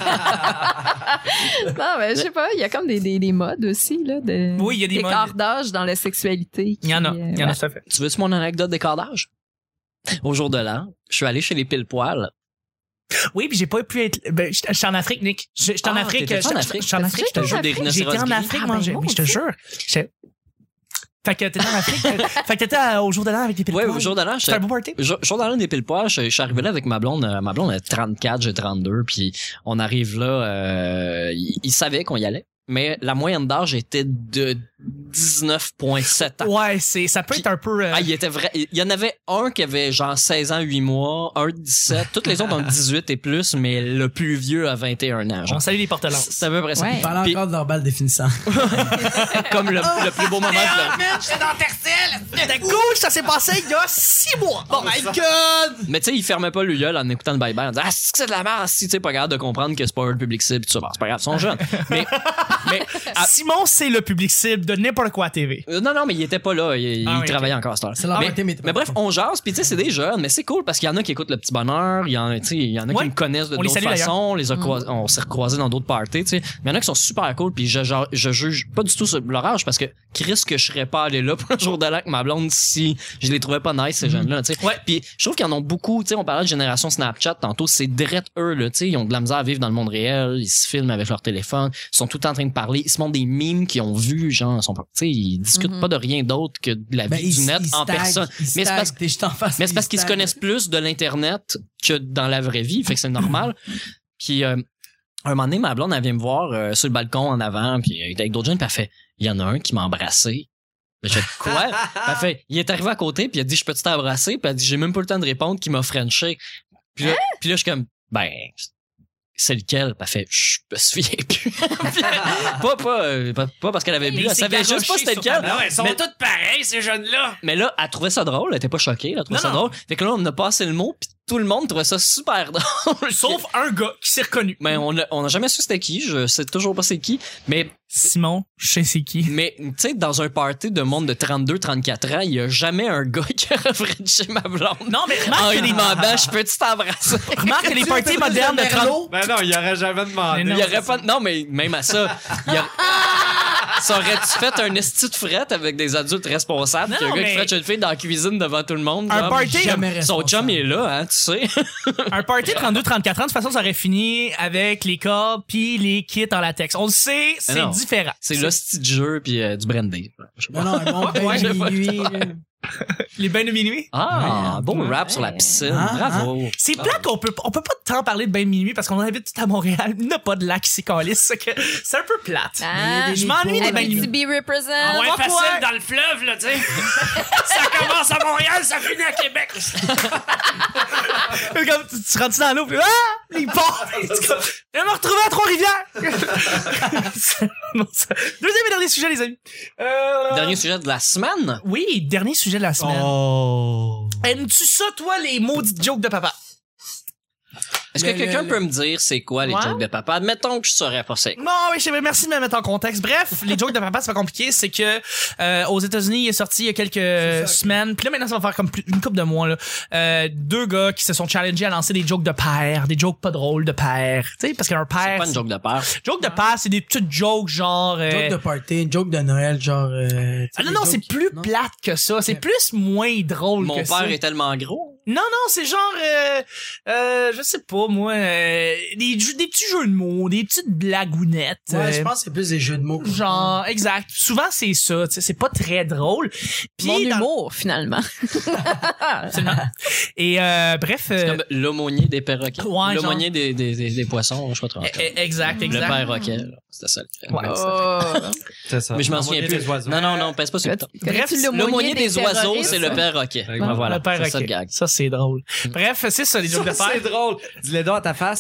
Speaker 7: Non, mais je sais pas, il y a comme des modes aussi, là, de,
Speaker 3: Oui, il y a des
Speaker 7: d'écart
Speaker 3: modes.
Speaker 7: d'âge dans la sexualité.
Speaker 3: Il y en a.
Speaker 7: qui,
Speaker 3: Il y en a
Speaker 7: ouais.
Speaker 3: tout à fait.
Speaker 2: Tu veux-tu mon anecdote d'écart d'âge? Au jour de l'an, je suis allé chez les pile-poils.
Speaker 3: Oui, puis j'ai pas pu être, j'étais en Afrique, Nick. J'étais en
Speaker 2: Ah,
Speaker 3: Afrique.
Speaker 2: t'étais-tu en Afrique?
Speaker 3: J'étais en Afrique.
Speaker 2: Je te jure des
Speaker 7: Afrique?
Speaker 3: J'étais
Speaker 2: rhinocéros
Speaker 3: en
Speaker 2: gris.
Speaker 3: Afrique,
Speaker 7: Ah,
Speaker 3: moi,
Speaker 7: ben,
Speaker 3: mais je te jure. Fait que t'étais en Afrique. Fait que t'étais au jour de l'an avec les
Speaker 2: Ouais,
Speaker 3: pile-poils.
Speaker 2: au jour de l'an,
Speaker 3: C'était un beau party.
Speaker 2: jour de l'an des pile-poils, je suis arrivé là avec ma blonde. Ma blonde a 34, j'ai 32, puis on arrive là, il savait qu'on y allait. Mais la moyenne d'âge était de 19,7 ans.
Speaker 3: Ouais, ça peut être un peu,
Speaker 2: Ah, il était vrai. Il y en avait un qui avait genre 16 ans, 8 mois, un de 17. Toutes les autres ont 18 et plus, mais le plus vieux a 21 ans.
Speaker 3: on
Speaker 2: Genre.
Speaker 3: salue les porte-lances.
Speaker 2: C'est à peu près ça.
Speaker 7: Ouais.
Speaker 4: On parle
Speaker 2: Puis-
Speaker 4: encore de leur balle définissant.
Speaker 2: Comme le plus beau moment de leur...
Speaker 4: j'étais dans Tercel!
Speaker 3: C'était cool, ça s'est passé il y a 6 mois.
Speaker 4: Oh my god!
Speaker 2: Mais tu sais, il fermait pas le gueule en écoutant le bye-bye. En disant, c'est que c'est de la merde, si tu sais pas capable de comprendre que c'est pas eux le public cible, tout ça. Bon, c'est pas grave, ils sont jeunes. Mais
Speaker 3: Simon, c'est le public cible de n'importe quoi à TV.
Speaker 2: non, mais il était pas là. Il
Speaker 3: Ah oui,
Speaker 2: travaillait encore à cette heure.
Speaker 4: C'est leur vérité,
Speaker 2: Mais bref, on jase, puis tu sais, c'est des jeunes, mais c'est cool parce qu'il y en a qui écoutent Le Petit Bonheur, il y en a, tu sais, il y en a
Speaker 3: Ouais.
Speaker 2: qui me connaissent de
Speaker 3: On les
Speaker 2: d'autres
Speaker 3: salue,
Speaker 2: façons, on s'est recroisés dans d'autres parties, tu sais. Mais il y en a qui sont super cool, puis je juge pas du tout sur leur âge parce que Chris que je serais pas allé là pour un jour de l'an avec ma blonde si je les trouvais pas nice ces jeunes-là, tu sais.
Speaker 3: Ouais.
Speaker 2: Puis je trouve qu'ils en ont beaucoup, tu sais, on parlait de génération Snapchat tantôt, c'est direct eux là, tu sais, ils ont de la misère à vivre dans le monde réel, ils se filment avec leur téléphone, ils sont tout le temps en train de parler, ils se montrent des mimes qu'ils ont vus, genre, tu sais, ils discutent pas de rien d'autre que de la vie du net en personne. Mais c'est parce qu'ils se connaissent plus de l'internet que dans la vraie vie, fait que c'est normal. Puis un moment donné, ma blonde elle vient me voir sur le balcon en avant, puis avec d'autres jeunes, puis elle fait, il y en a un qui m'a embrassé. Puis j'ai fait quoi? Puis elle fait, il est arrivé à côté, puis il a dit, je peux-tu t'embrasser? Puis elle dit, j'ai même pas le temps de répondre, qu'il m'a frenché. Puis là, je suis comme, ben, c'est lequel? Puis elle fait, je me souviens plus. pas parce qu'elle avait bu,
Speaker 3: il
Speaker 2: elle
Speaker 3: s'est
Speaker 2: savait juste pas
Speaker 3: garoché
Speaker 2: c'était
Speaker 3: sur
Speaker 2: lequel.
Speaker 3: ta
Speaker 6: Ah ouais, ils sont
Speaker 2: Mais-
Speaker 6: tous pareils, ces jeunes-là.
Speaker 2: Mais là, elle trouvait ça drôle, elle était pas choquée, elle trouvait
Speaker 3: Non,
Speaker 2: ça
Speaker 3: non.
Speaker 2: drôle. Fait que là, on a passé le mot, puis tout le monde trouvait ça super drôle.
Speaker 3: Sauf un gars qui s'est reconnu.
Speaker 2: Mais on a jamais su c'était qui, je sais toujours pas c'est qui, mais
Speaker 3: Simon, je sais c'est qui.
Speaker 2: tu sais dans un party de monde de 32-34 ans, il y a jamais un gars qui aurait frenché ma blonde.
Speaker 3: Non, mais
Speaker 2: En
Speaker 3: remarque que
Speaker 2: lui
Speaker 3: les,
Speaker 2: demandant, je peux-tu t'embrasser?
Speaker 3: remarque que les parties modernes de 30...
Speaker 6: Ben non, il aurait jamais demandé.
Speaker 3: Mais
Speaker 2: Il y aurait pas non mais même à ça, ça aurait-tu fait un esti de frette avec des adultes responsables,
Speaker 3: Non,
Speaker 2: qu'un gars
Speaker 3: mais-
Speaker 2: qui frette une fille dans la cuisine devant tout le monde?
Speaker 3: Un
Speaker 2: genre,
Speaker 3: party,
Speaker 4: jamais
Speaker 2: son
Speaker 4: responsable.
Speaker 2: chum il est là, hein, tu sais.
Speaker 3: Un party de 32-34 ans, de toute façon, ça aurait fini avec les cordes puis les kits en latex. On le sait, c'est
Speaker 2: non.
Speaker 3: différent.
Speaker 2: C'est l'hostie de jeu puis du brandy. Je sais pas.
Speaker 4: Non, un bon bain
Speaker 2: Ouais,
Speaker 4: de
Speaker 2: je sais pas.
Speaker 4: minuit. là.
Speaker 3: Les bains de minuit.
Speaker 2: Ah,
Speaker 4: Ouais.
Speaker 2: beau rap sur la piscine.
Speaker 4: Ah,
Speaker 2: Bravo.
Speaker 3: C'est plate qu'on peut pas tant parler de bains de minuit parce qu'on habite tout à Montréal. Il n'y a pas de lac ici, calisse. C'est un peu plate.
Speaker 7: Ah,
Speaker 3: Je m'ennuie des bains de minuit.
Speaker 7: Abitibi represent.
Speaker 6: Ah ouais,
Speaker 3: va
Speaker 6: facile
Speaker 3: pouvoir-
Speaker 6: dans le fleuve, là, tu sais. Ça commence à Montréal, ça finit à Québec.
Speaker 3: Comme tu rentres dans l'eau, puis il part. Je vais me retrouver à Trois-Rivières. Deuxième et dernier sujet, les amis.
Speaker 2: Dernier sujet de la semaine.
Speaker 3: Oui, dernier sujet de la semaine.
Speaker 6: Oh.
Speaker 3: Aimes-tu ça, toi, les maudites jokes de papa?
Speaker 2: Est-ce que quelqu'un peut me dire c'est quoi les
Speaker 7: Ouais.
Speaker 2: jokes de papa? Admettons que je saurais pas c'est quoi.
Speaker 3: Non, oui, merci de me mettre en contexte. Bref, les jokes de papa, c'est pas compliqué. C'est que aux États-Unis, il est sorti il y a quelques semaines. Puis là, maintenant, ça va faire comme une couple de mois. Là. Deux gars qui se sont challengés à lancer des jokes de père, des jokes pas drôles de père. Tu sais, parce qu'un
Speaker 2: C'est
Speaker 3: père...
Speaker 2: pas une joke de père.
Speaker 3: Joke de père, c'est des petites jokes genre...
Speaker 4: Joke de party, une joke de Noël, genre.
Speaker 3: Ah non, non, c'est plus plate que ça. C'est
Speaker 4: Ok.
Speaker 3: plus moins drôle
Speaker 2: Mon
Speaker 3: que ça.
Speaker 2: père est tellement gros.
Speaker 3: Non, non, c'est genre, je sais pas, moi, des petits jeux de mots, des petites blagounettes.
Speaker 4: Ouais, je pense que c'est plus des jeux de mots.
Speaker 3: Genre, exact. Souvent, c'est ça, tu sais, c'est pas très drôle. Puis,
Speaker 7: Mon
Speaker 3: dans-
Speaker 7: humour, finalement.
Speaker 3: Absolument. Et, bref,
Speaker 2: C'est comme l'aumônier des perroquets.
Speaker 3: Ouais,
Speaker 2: L'aumônier des poissons, je crois.
Speaker 3: exact,
Speaker 2: Le
Speaker 3: exact.
Speaker 2: perroquet, là. C'était ça. le
Speaker 3: Ouais.
Speaker 7: Oh.
Speaker 6: C'est ça.
Speaker 2: Mais je m'en souviens
Speaker 6: L'aumônier
Speaker 2: plus.
Speaker 6: des oiseaux.
Speaker 2: Non, pèse pas sur le temps.
Speaker 3: Bref,
Speaker 7: Connais-tu
Speaker 2: L'aumônier des oiseaux,
Speaker 7: terroristes?
Speaker 2: c'est le perroquet.
Speaker 6: Ouais,
Speaker 2: Ben voilà,
Speaker 3: Le père,
Speaker 2: c'est ça
Speaker 3: ok.
Speaker 2: le gag.
Speaker 3: Ça, c'est drôle. Bref, c'est ça, les jokes de
Speaker 6: Ça,
Speaker 3: père.
Speaker 6: c'est drôle. Dis-le donc à ta face.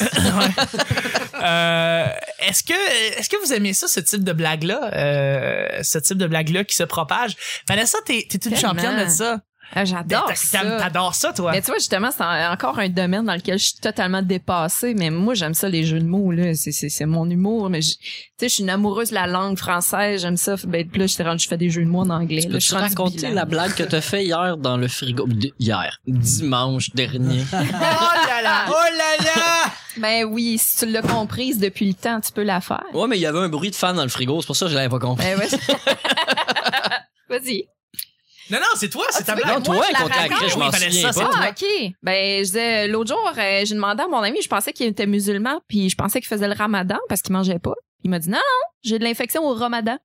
Speaker 3: Est-ce que vous aimez ça, ce type de blague-là? Ce type de blague-là qui se propage? Vanessa, t'es une
Speaker 7: Tellement.
Speaker 3: championne de ça.
Speaker 7: Ah, j'adore ça.
Speaker 3: T'adores ça, toi?
Speaker 7: Mais tu vois, justement, c'est encore un domaine dans lequel je suis totalement dépassée, mais moi, j'aime ça, les jeux de mots, là. C'est mon humour, mais tu sais, je suis une amoureuse de la langue française, j'aime ça. Ben, puis là, je fais des jeux de mots en anglais.
Speaker 2: Tu
Speaker 7: là,
Speaker 2: peux
Speaker 7: je
Speaker 2: te
Speaker 7: suis rendue
Speaker 2: raconter
Speaker 7: bilingue.
Speaker 2: la blague que t'as fait hier dans le frigo? Dimanche dernier.
Speaker 3: Oh là là!
Speaker 4: Oh là là!
Speaker 7: Ben oui, si tu l'as comprise depuis le temps, tu peux la faire.
Speaker 2: Ouais, mais il y avait un bruit de fan dans le frigo, c'est pour ça que je l'avais pas compris.
Speaker 7: Ben ouais. Vas-y.
Speaker 3: Non, non, c'est toi, c'est ta
Speaker 7: tu veux
Speaker 3: blague.
Speaker 2: Non, toi,
Speaker 7: moi, je la
Speaker 2: qu'on t'a
Speaker 7: raconte?
Speaker 2: écrit, je m'en
Speaker 3: Oui, Vanessa,
Speaker 2: souviens
Speaker 3: c'est
Speaker 2: pas.
Speaker 3: toi.
Speaker 7: Ah, OK. Ben, je disais, l'autre jour, j'ai demandé à mon ami, je pensais qu'il était musulman, puis je pensais qu'il faisait le ramadan parce qu'il mangeait pas. Il m'a dit, non, non, j'ai de l'infection au ramadan.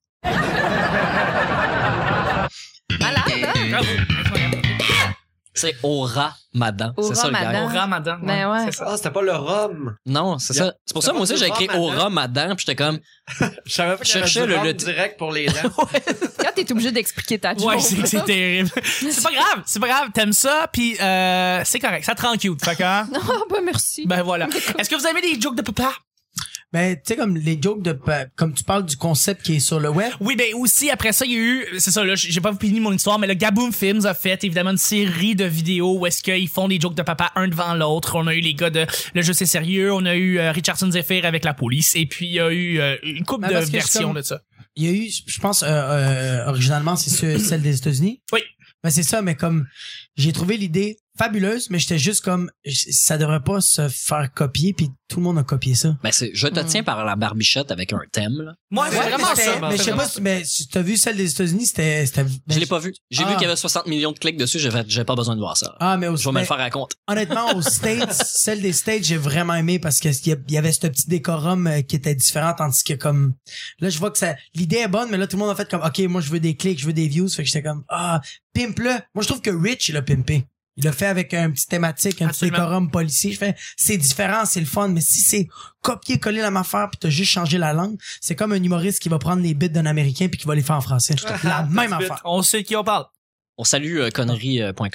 Speaker 7: Malade, hein?
Speaker 3: Bravo. Incroyable.
Speaker 2: C'est au ramadan.
Speaker 7: Au
Speaker 2: C'est ça le
Speaker 7: ramadan.
Speaker 2: gag.
Speaker 3: Au ramadan.
Speaker 7: Ben ouais.
Speaker 3: C'est ça.
Speaker 6: Ah, c'était pas le rhum.
Speaker 2: Non, c'est
Speaker 6: Y a-
Speaker 2: ça. C'est pour
Speaker 6: c'est
Speaker 2: ça, moi
Speaker 6: pas
Speaker 2: aussi,
Speaker 6: du
Speaker 2: j'ai écrit au
Speaker 6: ramadan.
Speaker 2: ramadan, puis j'étais comme,
Speaker 6: Je savais pas qu'il y avait
Speaker 2: Cherchais
Speaker 6: du
Speaker 2: le-
Speaker 6: rhum
Speaker 2: le-
Speaker 6: direct pour les dents.
Speaker 7: Quand t'es obligé d'expliquer ta joke.
Speaker 3: Ouais, c'est terrible. C'est pas grave, t'aimes ça, puis c'est correct, ça te rend cute. Fait que, hein?
Speaker 7: Non, ben merci.
Speaker 3: Ben voilà. Est-ce que vous avez des jokes de papa?
Speaker 4: Ben, tu sais, comme les jokes comme tu parles du concept qui est sur le web.
Speaker 3: Oui, ben aussi, après ça, il y a eu, c'est ça, là, j'ai pas fini mon histoire, mais le Gaboom Films a fait évidemment une série de vidéos où est-ce qu'ils font des jokes de papa un devant l'autre. On a eu les gars de Le Jeu c'est sérieux, on a eu Richardson Zephyr avec la police, et puis il y a eu une couple
Speaker 4: Ben,
Speaker 3: de
Speaker 4: parce que
Speaker 3: versions
Speaker 4: comme-
Speaker 3: de ça.
Speaker 4: Il y a eu, je pense, originalement, c'est celle des États-Unis.
Speaker 3: Oui.
Speaker 4: Ben, c'est ça, mais comme, j'ai trouvé l'idée fabuleuse, mais j'étais juste comme, ça devrait pas se faire copier, puis tout le monde a copié ça.
Speaker 2: ben c'est, je te tiens par la barbichette avec un thème, là.
Speaker 3: Moi, c'est
Speaker 4: Ouais,
Speaker 3: vraiment
Speaker 4: mais
Speaker 3: ça.
Speaker 4: Mais je sais pas si, mais si t'as vu celle des États-Unis, c'était,
Speaker 2: Je l'ai pas vu. J'ai vu
Speaker 4: Ah.
Speaker 2: qu'il y avait 60 millions de clics dessus, j'ai pas besoin de voir ça.
Speaker 4: Ah, mais
Speaker 2: Je
Speaker 4: aussi,
Speaker 2: vais me le faire à compte.
Speaker 4: honnêtement, aux States, celle des States, j'ai vraiment aimé parce que il y avait ce petit décorum qui était différent, tandis que comme, là, je vois que ça, l'idée est bonne, mais là, tout le monde a fait comme, OK, moi, je veux des clics, je veux des views, fait que j'étais comme, pimp-le. Moi, je trouve que Rich, il a pimpé. Il l'a fait avec un petit thématique, un
Speaker 3: Absolument.
Speaker 4: petit décorum policier. Je fais, c'est différent, c'est le fun, mais si c'est copier-coller la même affaire puis t'as juste changé la langue, c'est comme un humoriste qui va prendre les bits d'un Américain puis qui va les faire en français. La même affaire.
Speaker 3: On sait de qui on parle.
Speaker 2: On salue connerie.qc.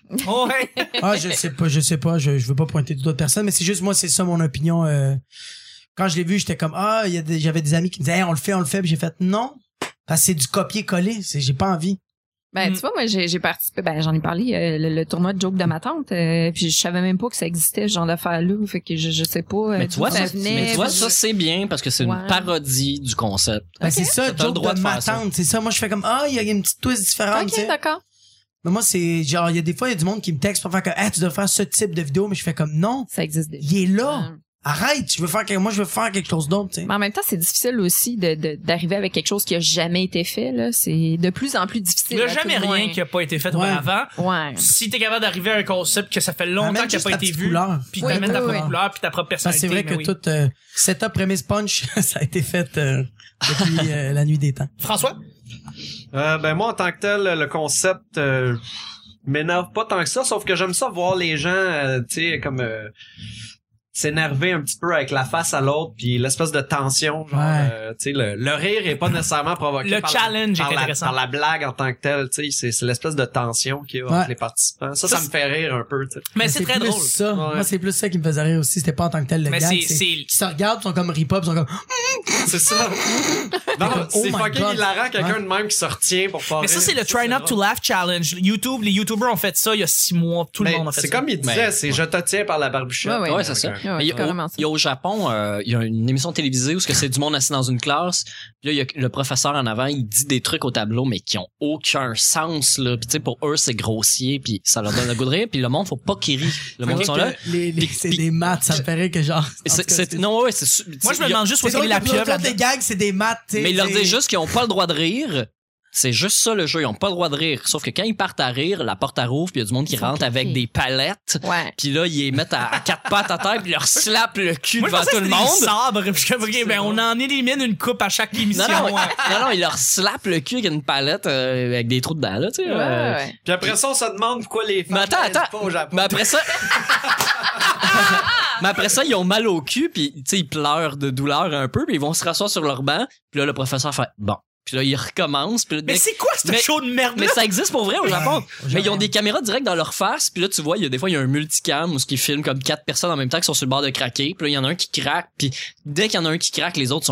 Speaker 3: Ouais.
Speaker 4: Ah, je sais pas, je veux pas pointer d'autres personnes, mais c'est juste moi, c'est ça mon opinion. Quand je l'ai vu, j'étais comme j'avais des amis qui me disaient hey, on le fait, puis j'ai fait non, parce que c'est du copier-coller, j'ai pas envie.
Speaker 7: Ben, tu vois, moi, j'ai participé, j'en ai parlé, le tournoi de joke de ma tante, puis je savais même pas que ça existait, ce genre d'affaires-là, fait que je sais pas.
Speaker 2: Mais tu vois,
Speaker 7: ça venait.
Speaker 2: ça, c'est bien, parce que c'est une parodie du concept.
Speaker 4: Ben, c'est ça,
Speaker 2: T'as le
Speaker 4: joke
Speaker 2: droit
Speaker 4: de
Speaker 2: de
Speaker 4: ma
Speaker 2: faire ça.
Speaker 4: tante, c'est ça. Moi, je fais comme il y a une petite twist différente, tu sais.
Speaker 7: Ok, d'accord.
Speaker 4: Mais moi, c'est genre, il y a des fois, il y a du monde qui me texte pour faire comme tu dois faire ce type de vidéo, mais je fais comme non,
Speaker 7: Ça existe déjà.
Speaker 4: il est là.
Speaker 7: Ouais.
Speaker 4: Arrête, moi, je veux faire quelque chose d'autre, tu sais.
Speaker 7: Mais en même temps, c'est difficile aussi d'arriver avec quelque chose qui a jamais été fait, là. C'est de plus en plus difficile.
Speaker 3: Il n'y a
Speaker 7: à tout
Speaker 3: jamais
Speaker 7: le moins.
Speaker 3: rien qui a pas été fait
Speaker 4: Ouais.
Speaker 3: auparavant.
Speaker 7: Ouais.
Speaker 3: Si t'es capable d'arriver à un concept que ça fait longtemps
Speaker 4: Amène
Speaker 3: qu'il n'a
Speaker 4: juste
Speaker 3: pas
Speaker 4: ta
Speaker 3: été
Speaker 4: petite
Speaker 3: vu,
Speaker 4: couleur.
Speaker 3: puis
Speaker 7: Oui,
Speaker 3: t'amènes ta
Speaker 7: oui,
Speaker 3: propre
Speaker 7: oui.
Speaker 3: couleur, puis ta propre
Speaker 4: Parce que
Speaker 3: personnalité.
Speaker 4: c'est vrai que
Speaker 3: ben oui.
Speaker 4: tout setup, premise, punch, ça a été fait depuis la nuit des temps.
Speaker 3: François?
Speaker 6: Ben moi en tant que tel, le concept m'énerve pas tant que ça, sauf que j'aime ça voir les gens, tu sais, comme s'énerver un petit peu avec la face à l'autre, puis l'espèce de tension, genre,
Speaker 4: Ouais.
Speaker 6: tu sais, le rire est pas nécessairement provoqué
Speaker 3: Le
Speaker 6: par
Speaker 3: challenge est
Speaker 6: par
Speaker 3: intéressant.
Speaker 6: par la blague en tant que telle, tu sais, c'est l'espèce de tension qu'il y a
Speaker 4: Ouais.
Speaker 6: entre les participants. Ça me fait rire un peu, tu sais.
Speaker 3: Mais c'est très
Speaker 4: plus
Speaker 3: drôle.
Speaker 4: ça.
Speaker 6: Ouais.
Speaker 4: Moi, c'est plus ça qui me faisait rire aussi. C'était pas en tant que tel le
Speaker 3: Mais
Speaker 4: gag.
Speaker 3: c'est-
Speaker 4: Ils se regardent, ils sont comme rip-up, ils sont comme
Speaker 6: C'est ça. Non,
Speaker 4: comme, oh
Speaker 6: c'est
Speaker 4: my
Speaker 6: fucking
Speaker 4: God.
Speaker 6: hilarant, quelqu'un de même qui se retient pour faire
Speaker 3: Mais ça,
Speaker 6: rire.
Speaker 3: c'est le Try Not to
Speaker 6: drôle.
Speaker 3: Laugh Challenge. YouTube, les YouTubers ont fait ça il y a 6 mois. Tout le
Speaker 6: Mais
Speaker 3: monde a fait ça.
Speaker 6: c'est comme il disait,
Speaker 2: Mais-
Speaker 6: c'est je te tiens par la barbichette.
Speaker 7: Ouais,
Speaker 2: Ouais, c'est ça.
Speaker 7: Ouais,
Speaker 2: Mais il y a-
Speaker 7: carrément ça.
Speaker 2: il y a au Japon, il y a une émission télévisée où c'est du monde assis dans une classe. Puis là, il y a le professeur en avant, il dit des trucs au tableau, mais qui ont aucun sens, là. Puis tu sais, pour eux, c'est grossier, puis ça leur donne le goût de rire. Puis le monde, faut pas qu'ils rient. Le monde sont là.
Speaker 4: c'est des maths, ça me ferait que genre.
Speaker 2: Et
Speaker 4: en tout cas,
Speaker 2: non, ouais, c'est
Speaker 3: Moi, je me
Speaker 2: il y a-
Speaker 3: demande juste où
Speaker 4: c'est
Speaker 3: est-ce qu'il y a
Speaker 4: drôle
Speaker 3: la
Speaker 4: que
Speaker 3: pieuvre
Speaker 4: toutes les
Speaker 3: là-dedans.
Speaker 4: gags, c'est des maths, tu sais.
Speaker 2: Mais il leur
Speaker 4: c'est-
Speaker 2: dit juste qu'ils ont pas le droit de rire. C'est juste ça le jeu, ils ont pas le droit de rire. Sauf que quand ils partent à rire, la porte elle rouvre, puis il y a du monde qui
Speaker 7: Ils sont
Speaker 2: rentre avec
Speaker 7: piqués.
Speaker 2: des palettes.
Speaker 7: Ouais.
Speaker 2: Puis là, ils les mettent à quatre pattes à terre, puis ils leur slappent le cul
Speaker 3: Moi, je
Speaker 2: devant
Speaker 3: pensais
Speaker 2: tout
Speaker 3: que
Speaker 2: le
Speaker 3: c'était des
Speaker 2: monde.
Speaker 3: sabres. Puis je suis comme, OK, ben, on en élimine une coupe à chaque émission.
Speaker 2: Non, non,
Speaker 3: Ouais.
Speaker 2: non, ils leur slappent le cul avec une palette avec des trous dedans, là, tu sais.
Speaker 7: Ouais.
Speaker 6: Puis après ça, on se demande pourquoi les femmes
Speaker 2: Mais attends,
Speaker 6: n'aident
Speaker 2: attends.
Speaker 6: pas au Japon.
Speaker 2: Mais après ça... Mais après ça, ils ont mal au cul, puis tu sais, ils pleurent de douleur un peu, puis ils vont se rasseoir sur leur banc, puis là, le professeur fait « Bon ». Puis là, ils recommencent, puis là,
Speaker 3: Mais c'est quoi ce
Speaker 2: Mais-
Speaker 3: show de merde
Speaker 2: mais ça existe pour vrai au Japon. Mais
Speaker 4: Japon.
Speaker 2: ils ont des caméras directes dans leur face, puis là tu vois, des fois il y a un multicam où ce qui filme comme 4 personnes en même temps qui sont sur le bord de craquer, puis là il y en a un qui craque, puis dès qu'il y en a un qui craque, les autres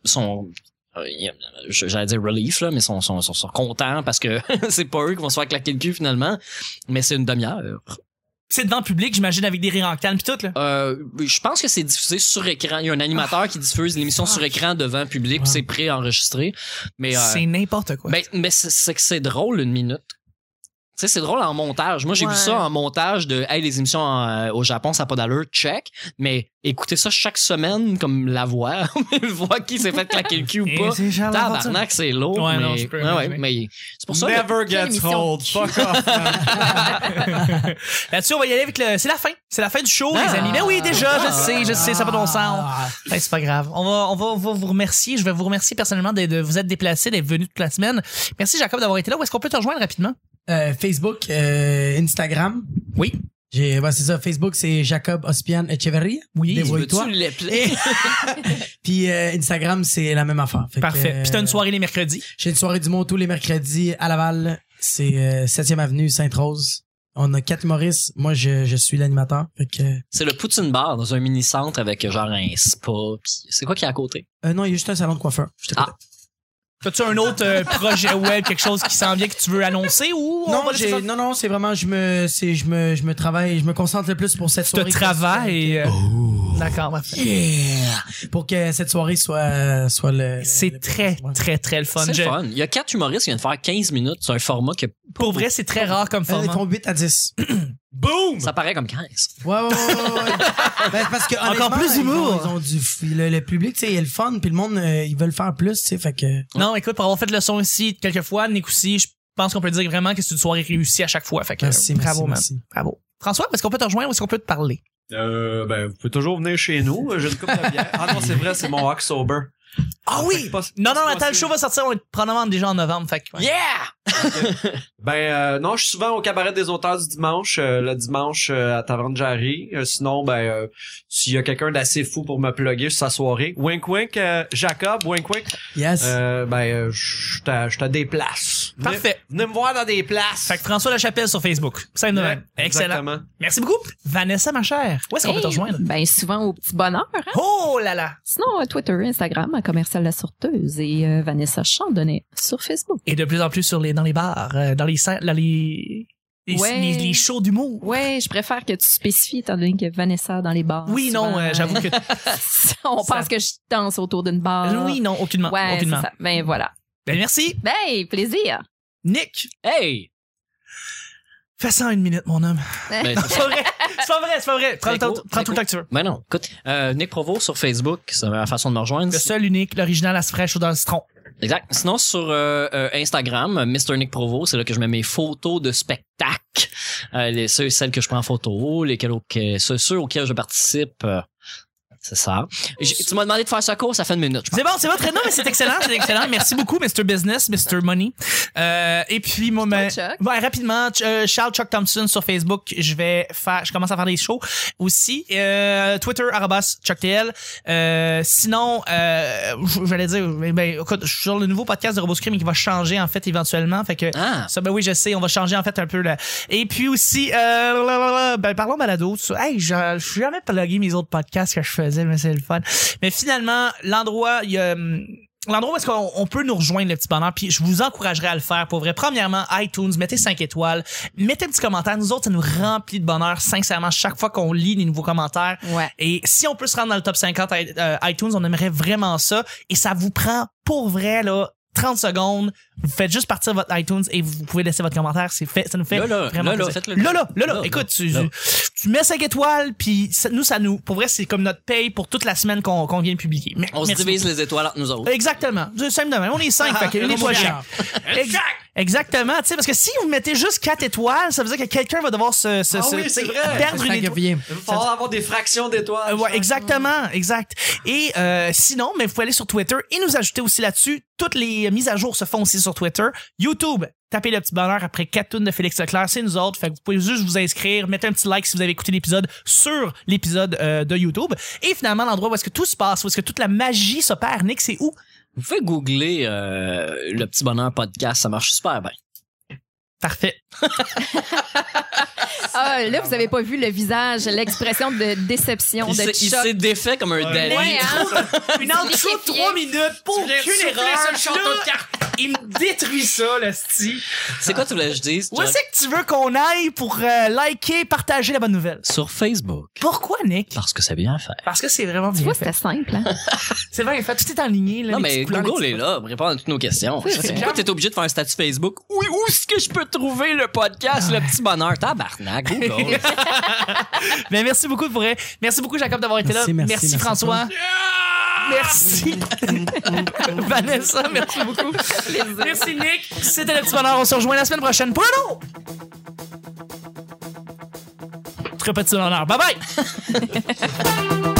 Speaker 2: j'allais dire relief là, mais sont contents parce que c'est pas eux qui vont se faire claquer le cul finalement, mais c'est une demi-heure.
Speaker 3: C'est devant le public, j'imagine, avec des rires en canne pis tout, là.
Speaker 2: Je pense que c'est diffusé sur écran. Il y a un animateur qui diffuse l'émission sur écran devant le public, puis c'est pré-enregistré. Mais
Speaker 3: C'est n'importe quoi.
Speaker 2: mais c'est que c'est drôle une minute. Tu sais, c'est drôle en montage. Moi, j'ai vu
Speaker 7: Ouais.
Speaker 2: ça en montage de hey, les émissions au Japon, ça n'a pas d'allure, check. Mais écoutez ça chaque semaine comme la voix. Voix qui s'est fait claquer le cul ou
Speaker 3: Et
Speaker 2: pas.
Speaker 3: c'est genre l'aventure.
Speaker 2: Tabarnak, c'est lourd.
Speaker 3: Ouais,
Speaker 2: mais,
Speaker 3: non, je peux
Speaker 2: ouais,
Speaker 3: imaginer.
Speaker 2: mais c'est pour ça.
Speaker 6: Never
Speaker 7: Quelle
Speaker 6: gets
Speaker 7: émission
Speaker 6: old. Fuck off, man.
Speaker 3: Là-dessus, on va y aller avec c'est la fin. C'est la fin du show,
Speaker 2: Ah.
Speaker 3: les amis. Mais oui, déjà, je sais, ça n'a pas de bon sens.
Speaker 4: Ah.
Speaker 3: Ben, c'est pas grave. On va vous remercier. Je vais vous remercier personnellement de vous être déplacés, d'être venus toute la semaine. Merci, Jacob, d'avoir été là. Où est-ce qu'on peut te rejoindre rapidement?
Speaker 4: Facebook, Instagram.
Speaker 3: Oui.
Speaker 4: C'est ça. Facebook, c'est Jacob Ospian Echeverria.
Speaker 3: Oui.
Speaker 4: Débrouille-toi.
Speaker 2: Veux-tu l'appeler?
Speaker 4: Et- Puis Instagram, c'est la même affaire. Fait que,
Speaker 3: Parfait. Puis t'as une soirée les mercredis.
Speaker 4: J'ai une soirée du monde tous les mercredis à Laval. C'est 7e avenue, Sainte-Rose. On a 4 humoristes. Moi, je suis l'animateur. Fait que,
Speaker 2: C'est le Poutine Bar dans un mini-centre avec genre un spa. Puis c'est quoi qui est à côté?
Speaker 4: non, il y a juste un salon de coiffeur. Je t'écoute.
Speaker 2: Ah.
Speaker 3: T'as-tu un autre projet web, quelque chose qui s'en vient que tu veux annoncer ou on
Speaker 4: Non,
Speaker 3: va laisser ça?
Speaker 4: non, c'est vraiment, je me travaille, je me concentre le plus pour cette
Speaker 3: Tu
Speaker 4: soirée.
Speaker 3: te travailles. D'accord, parfait.
Speaker 4: Yeah! Pour que cette soirée soit le.
Speaker 3: C'est
Speaker 4: le-
Speaker 3: très, très, très le fun.
Speaker 2: C'est
Speaker 3: Je-
Speaker 2: le fun. Il y a 4 humoristes qui viennent faire 15 minutes. C'est un format que
Speaker 3: Pour vrai, c'est très rare comme
Speaker 4: Ils
Speaker 3: format.
Speaker 4: font 8 à 10.
Speaker 3: Boom!
Speaker 2: ça paraît comme 15.
Speaker 4: Ouais. Ben, parce que,
Speaker 3: Encore
Speaker 4: honnêtement,
Speaker 3: plus d'humour.
Speaker 4: Ils ont le public, tu sais, il y a le fun, puis le monde, ils veulent faire plus, tu sais, fait que.
Speaker 3: Non, écoute, pour avoir fait le son ici quelques fois, Nick aussi, je pense qu'on peut dire vraiment que c'est une soirée réussie à chaque fois. Fait que, bravo, man.
Speaker 4: merci.
Speaker 3: Bravo. François, est-ce qu'on peut te rejoindre ou est-ce qu'on peut te parler?
Speaker 6: Ben, vous pouvez toujours venir chez nous. J'ai une coupe de bière. Ah non, c'est vrai, c'est mon October.
Speaker 3: Ah oui! Non, attends, le show va sortir probablement déjà en novembre. Fait que, ouais.
Speaker 2: Yeah!
Speaker 6: Non, je suis souvent au cabaret des auteurs du dimanche, le dimanche à Taverne Jarry. Sinon, s'il y a quelqu'un d'assez fou pour me plugger sur sa soirée, wink wink, Jacob, wink wink.
Speaker 4: Yes.
Speaker 6: Je te déplace.
Speaker 3: Parfait.
Speaker 6: Venez me voir dans des places.
Speaker 3: Fait que François Lachapelle sur Facebook. Ça me
Speaker 6: Ouais,
Speaker 3: excellent.
Speaker 6: exactement.
Speaker 3: Merci beaucoup. Vanessa, ma chère. Où est-ce qu'on peut te rejoindre?
Speaker 7: Ben, souvent au petit bonheur, hein?
Speaker 3: Oh là là!
Speaker 7: Sinon, Twitter, Instagram, à Commercial La Sorteuse et Vanessa Chandonnet sur Facebook.
Speaker 3: Et de plus en plus dans les bars, dans les scènes,
Speaker 7: Ouais.
Speaker 3: les shows d'humour.
Speaker 7: Ouais, je préfère que tu spécifies étant donné que Vanessa dans les bars.
Speaker 3: Oui,
Speaker 7: souvent,
Speaker 3: non, j'avoue que...
Speaker 7: on
Speaker 3: Ça-
Speaker 7: pense que je danse autour d'une bar.
Speaker 3: Oui, non, aucunement.
Speaker 7: Ouais, c'est
Speaker 3: aucunement.
Speaker 7: ça. Ben voilà.
Speaker 3: Ben merci.
Speaker 7: Ben, plaisir.
Speaker 3: Nick,
Speaker 2: Hey!
Speaker 3: fais ça en 1 minute, mon homme.
Speaker 2: Ben,
Speaker 3: C'est pas vrai. C'est pas vrai. Prends
Speaker 2: Très court,
Speaker 3: tout
Speaker 2: très
Speaker 3: le temps que tu veux.
Speaker 2: ben non, écoute, Nick Provo sur Facebook, c'est la façon de me rejoindre.
Speaker 3: Le seul, unique, l'original, à se fraîche ou dans le citron.
Speaker 2: Exact. Sinon, sur Instagram, Mr. Nick Provo, c'est là que je mets mes photos de spectacle. Celles que je prends en photo, ceux auxquels je participe. C'est ça. Tu m'as demandé de faire ça court, ça fait 1 minute. Je pense.
Speaker 3: C'est bon, très non, mais c'est excellent. Merci beaucoup, Mr. Business, Mr. Money. Et puis, moi,
Speaker 7: Chuck.
Speaker 3: rapidement, Charles Chuck Thompson sur Facebook. Je commence à faire des shows aussi. Twitter, @ChuckTL. Sinon, j'allais dire, écoute, je suis sur le nouveau podcast de RoboScream qui va changer, en fait, éventuellement. Fait que, ça, oui, je sais, on va changer, en fait, un peu là. Et puis aussi, parlons balado. Hey, je suis jamais plugué mes autres podcasts que je faisais, mais c'est le fun. Mais finalement, l'endroit où est-ce qu'on peut nous rejoindre, le petit bonheur, puis je vous encouragerais à le faire pour vrai. Premièrement, iTunes, mettez 5 étoiles, mettez un petit commentaire. Nous autres, ça nous remplit de bonheur, sincèrement, chaque fois qu'on lit les nouveaux commentaires.
Speaker 7: Ouais.
Speaker 3: Et si on peut se rendre dans le top 50 iTunes, on aimerait vraiment ça. Et ça vous prend pour vrai, là, 30 secondes. Vous faites juste partir votre iTunes et vous pouvez laisser votre commentaire. C'est fait, ça nous fait vraiment plaisir.
Speaker 2: faites-le.
Speaker 3: Là. Écoute, tu mets 5 étoiles, puis ça nous, pour vrai, c'est comme notre paye pour toute la semaine qu'on vient de publier.
Speaker 2: On se divise les étoiles entre nous autres.
Speaker 3: Exactement. C'est simple de même. On est 5, fait qu'une étoile chaque. Exactement, tu sais, parce que si vous mettez juste 4 étoiles, ça veut dire que quelqu'un va devoir
Speaker 6: oui, c'est vrai.
Speaker 3: perdre une étoile.
Speaker 6: Il va falloir avoir des fractions d'étoiles.
Speaker 3: Ouais, exactement, exact. Et sinon, mais vous pouvez aller sur Twitter et nous ajouter aussi là-dessus. Toutes les mises à jour se font aussi sur Twitter. YouTube, tapez le petit bonheur après 4 tunes de Félix Leclerc, c'est nous autres. Fait que vous pouvez juste vous inscrire, mettre un petit like si vous avez écouté l'épisode sur l'épisode de YouTube. Et finalement, l'endroit où est-ce que tout se passe, où est-ce que toute la magie s'opère, Nick, c'est où?
Speaker 2: Vous pouvez googler le petit bonheur podcast, ça marche super bien.
Speaker 3: Parfait.
Speaker 7: Là, vous avez pas vu le visage, l'expression de déception de
Speaker 2: Il
Speaker 7: Chuck.
Speaker 2: s'est défait comme un Dali.
Speaker 7: Ouais, hein?
Speaker 3: Une outro de 3 minutes pour aucune erreur. Là, il me détruit ça, le style.
Speaker 2: C'est quoi tu voulais que je dise?
Speaker 3: Où est-ce que tu veux qu'on aille pour liker, partager la bonne nouvelle?
Speaker 2: Sur Facebook.
Speaker 3: Pourquoi, Nick?
Speaker 2: Parce que c'est bien fait.
Speaker 3: Parce que c'est vraiment
Speaker 7: Tu
Speaker 3: bien
Speaker 7: vois,
Speaker 3: fait.
Speaker 7: c'était simple, hein?
Speaker 3: C'est bien fait. Tout est en ligne. Là,
Speaker 2: Non,
Speaker 3: les
Speaker 2: mais
Speaker 3: petites couleurs,
Speaker 2: Google
Speaker 3: les
Speaker 2: est
Speaker 3: petites-
Speaker 2: là pour répondre à toutes nos questions.
Speaker 7: Oui,
Speaker 2: C'est
Speaker 7: c'est
Speaker 2: pourquoi t'es obligé de faire un statut Facebook? Oui, où est-ce que je peux trouver le podcast, le petit bonheur? Tabarnak, Google.
Speaker 3: Mais merci beaucoup pour vrai. Merci beaucoup, Jacob, d'avoir été
Speaker 4: Merci,
Speaker 3: là.
Speaker 4: merci
Speaker 3: François. Merci. Vanessa, merci beaucoup. Merci, Nick. C'était le petit bonheur. On se rejoint la semaine prochaine pour un autre. Très petit bonheur. Bye bye.